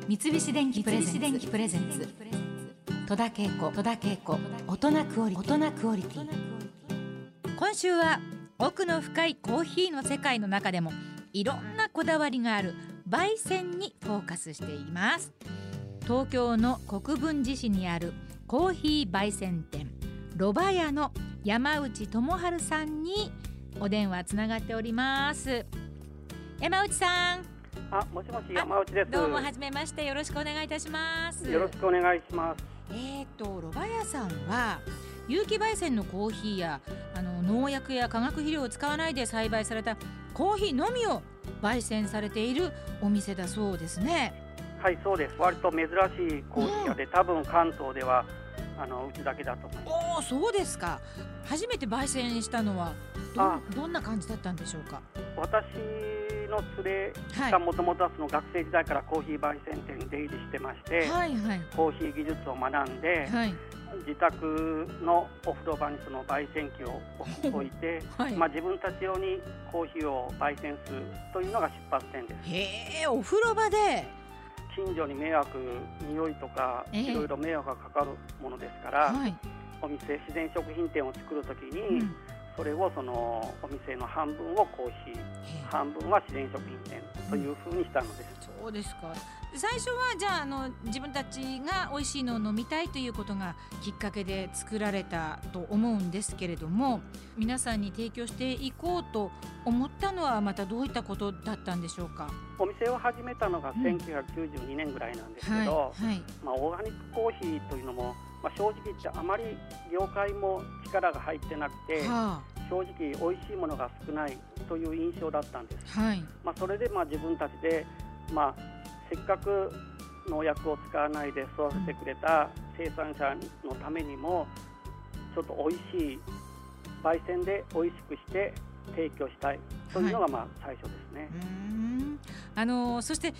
三菱電機プレゼンツ戸田恵子大人クオリティ。今週は奥の深いコーヒーの世界の中でもいろんなこだわりがある焙煎にフォーカスしています。東京の国分寺市にあるコーヒー焙煎店ロバヤの山内智春さんにお電話つながっております。山内さん。 もしもし、山内です。 どうもはじめまして、よろしくお願いいたします。 よろしくお願いします。 ロバヤさんは有機焙煎のコーヒーや農薬や化学肥料を使わないで栽培されたコーヒーのみを焙煎されているお店だそうですね。 はい、そうです。割と珍しいコーヒー屋で、多分関東ではうちだけだと思います。 そうですか。初めて焙煎したのはどんな感じだったんでしょうか。 私の連れがもともと学生時代からコーヒー焙煎店に出入りしてまして、コーヒー技術を学んで、自宅のお風呂場にその焙煎機を置いて、自分たち用にコーヒーを焙煎するというのが出発点です。 お風呂場で近所に迷惑、匂いとかいろいろ迷惑がかかるものですから、お店、自然食品店を作るときに、それをそのお店の半分をコーヒー、半分は自然食品店というふうにしたのです。 そうですか。最初はじゃあ自分たちが美味しいのを飲みたいということがきっかけで作られたと思うんですけれども、皆さんに提供していこうと思ったのはまたどういったことだったんでしょうか。 お店を始めたのが1992年ぐらいなんですけど、オーガニックコーヒーというのも正直言ってあまり業界も力が入ってなくて、正直美味しいものが少ないという印象だったんです。それで自分たちで、せっかく農薬を使わないで育ててくれた生産者のためにもちょっと美味しい焙煎で美味しくして提供したいというのが最初ですね。 そして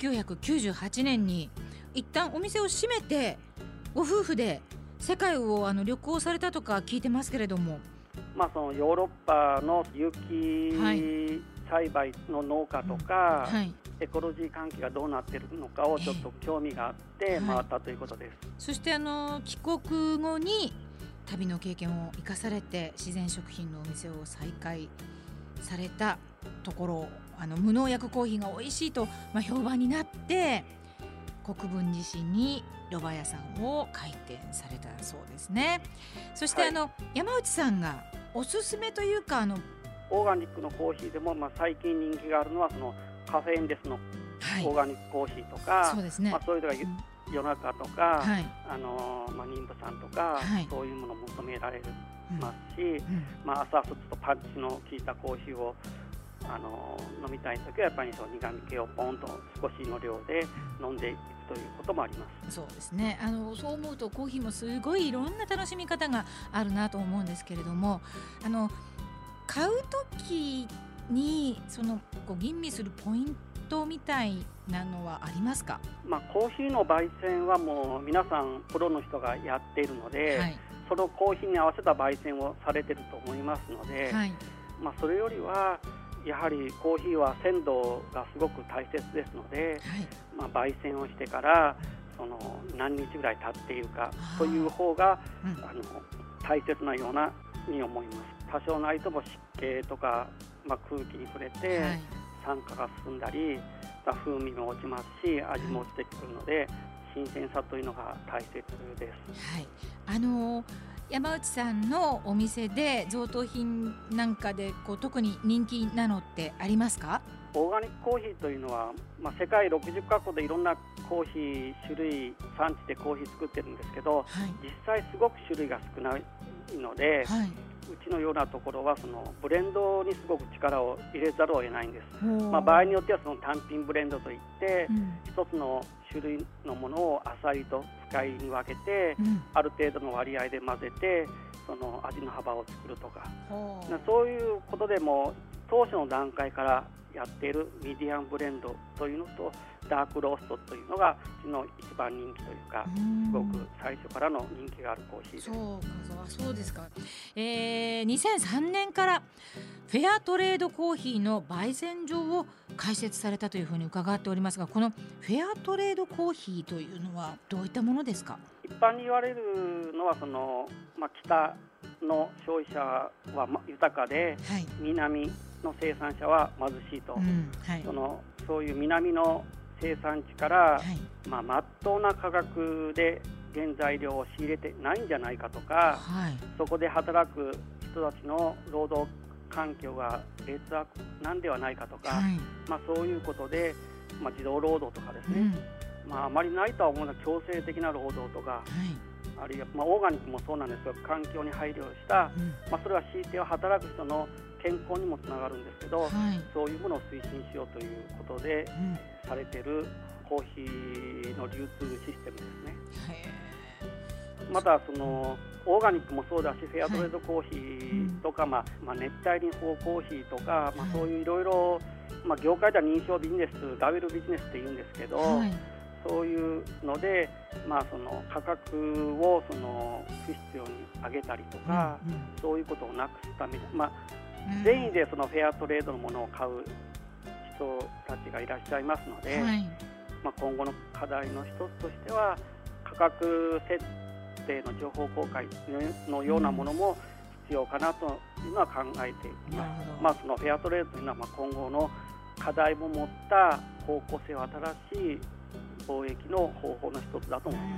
1998年に一旦お店を閉めてご夫婦で世界を旅行されたとか聞いてますけれども、 そのヨーロッパの有機栽培の農家とか、エコロジー関係がどうなっているのかをちょっと興味があって回ったということです。 そして帰国後に旅の経験を生かされて自然食品のお店を再開されたところ、無農薬コーヒーが美味しいと、評判になって国分寺市にロバヤさんを開店されたそうですね。そして山内さんがおすすめというかオーガニックのコーヒーでも、最近人気があるのはそのカフェインレスのオーガニックコーヒーとか、そういうのが夜中とか、妊婦さんとか、そういうものを求められますし、朝ちょっとパンチの効いたコーヒーを飲みたいときはやっぱりその苦味系をポンと少しの量で飲んでいくということもあります。 そうですね。そう思うとコーヒーもすごいいろんな楽しみ方があるなと思うんですけれども、買うときに吟味するポイントみたいなのはありますか。 コーヒーの焙煎はもう皆さんプロの人がやっているので、そのコーヒーに合わせた焙煎をされていると思いますので、それよりはやはりコーヒーは鮮度がすごく大切ですので、焙煎をしてから何日ぐらい経っているかという方が、大切なようなに思います。多少なりとも湿気とか、空気に触れて、酸化が進んだり風味も落ちますし味も落ちてくるので、新鮮さというのが大切です。 山内さんのお店で贈答品なんかで特に人気なのってありますか。 オーガニックコーヒーというのは、世界60カ国でいろんなコーヒー種類産地でコーヒー作ってるんですけど、実際すごく種類が少ないので、うちのようなところはそのブレンドにすごく力を入れざるを得ないんです。場合によってはその単品ブレンドといって、一つの種類のものをあさりと使いに分けて、ある程度の割合で混ぜてその味の幅を作るとか、そういうことでも当初の段階からやっているミディアムブレンドというのとダークローストというのがうちの一番人気というか、すごく最初からの人気があるコーヒーです。 そうですか。2003年からフェアトレードコーヒーの焙煎所を開設されたというふうに伺っておりますが、このフェアトレードコーヒーというのはどういったものですか？ 一般に言われるのは北の消費者は豊かで、はい、南の生産者は貧しいと、はい、そういう南の生産地から、はい、真っ当な価格で原材料を仕入れてないんじゃないかとか、はい、そこで働く人たちの労働環境が劣悪なんではないかとか、はい、そういうことで、児童労働とかですね、あまりないとは思うのは強制的な労働とか、はい、あるいは、オーガニックもそうなんですが環境に配慮した、それは強いては働く人の健康にもつながるんですけど、はい、そういうものを推進しようということで、されているコーヒーの流通システムですね。またオーガニックもそうだしフェアトレードコーヒーとか、熱帯林法コーヒーとか、そういういろいろ業界では認証ビジネスラベルビジネスって言うんですけど、そういうので、価格を不必要に上げたりとか、そういうことをなくすために、善意でフェアトレードのものを買う人たちがいらっしゃいますので、今後の課題の一つとしては価格設定の情報公開のようなものも必要かなというのは考えています。フェアトレードというのは今後の課題も持った方向性を新しい貿易の方法の一つだと思います。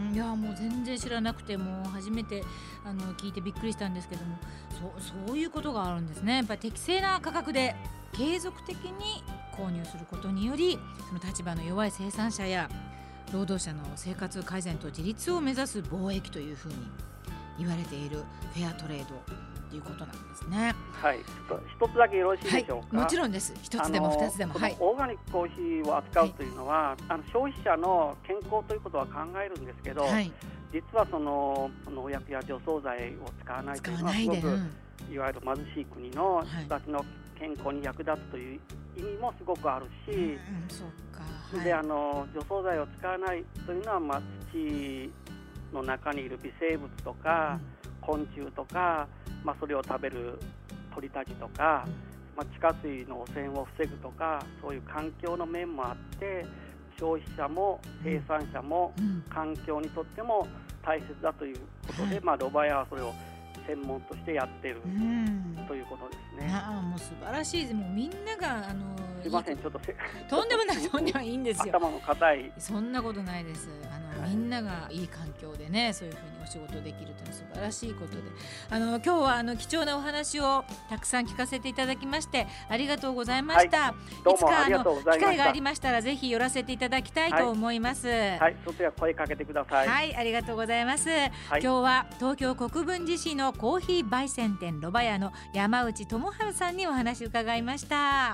いやもう全然知らなくて、もう初めて聞いてびっくりしたんですけども、そういうことがあるんですね。やっぱり適正な価格で継続的に購入することにより、その立場の弱い生産者や労働者の生活改善と自立を目指す貿易というふうに言われているフェアトレードということなんですね。 はい、一つだけよろしいでしょうか？ もちろんです。一つでも二つでも。 オーガニックコーヒーを扱うというのは、消費者の健康ということは考えるんですけど、実は農薬や除草剤を使わないというのはすごく、いわゆる貧しい国の人たちの健康に役立つという意味もすごくあるし、で除草剤を使わないというのは、土の中にいる微生物とか、昆虫とか、それを食べる鳥たちとか、地下水の汚染を防ぐとか、そういう環境の面もあって、消費者も生産者も環境にとっても大切だということで、ロバヤはそれを専門としてやっているということですね。 もう素晴らしいです。もうみんながすいません、ちょっととんでもないとんでもいいんですよ。 頭の固い。 そんなことないです。みんながいい環境でね、そういうふうにお仕事できるというのは素晴らしいことで、今日は貴重なお話をたくさん聞かせていただきましてありがとうございました。 どうもありがとうございました。 機会がありましたらぜひ寄らせていただきたいと思います。 そちら声かけてください。 はい、ありがとうございます。今日は東京国分寺市のコーヒー焙煎店ロバヤの山内智春さんにお話を伺いました。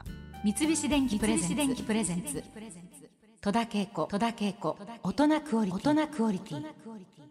三菱電機プレゼンツ戸田恵子大人クオリティ。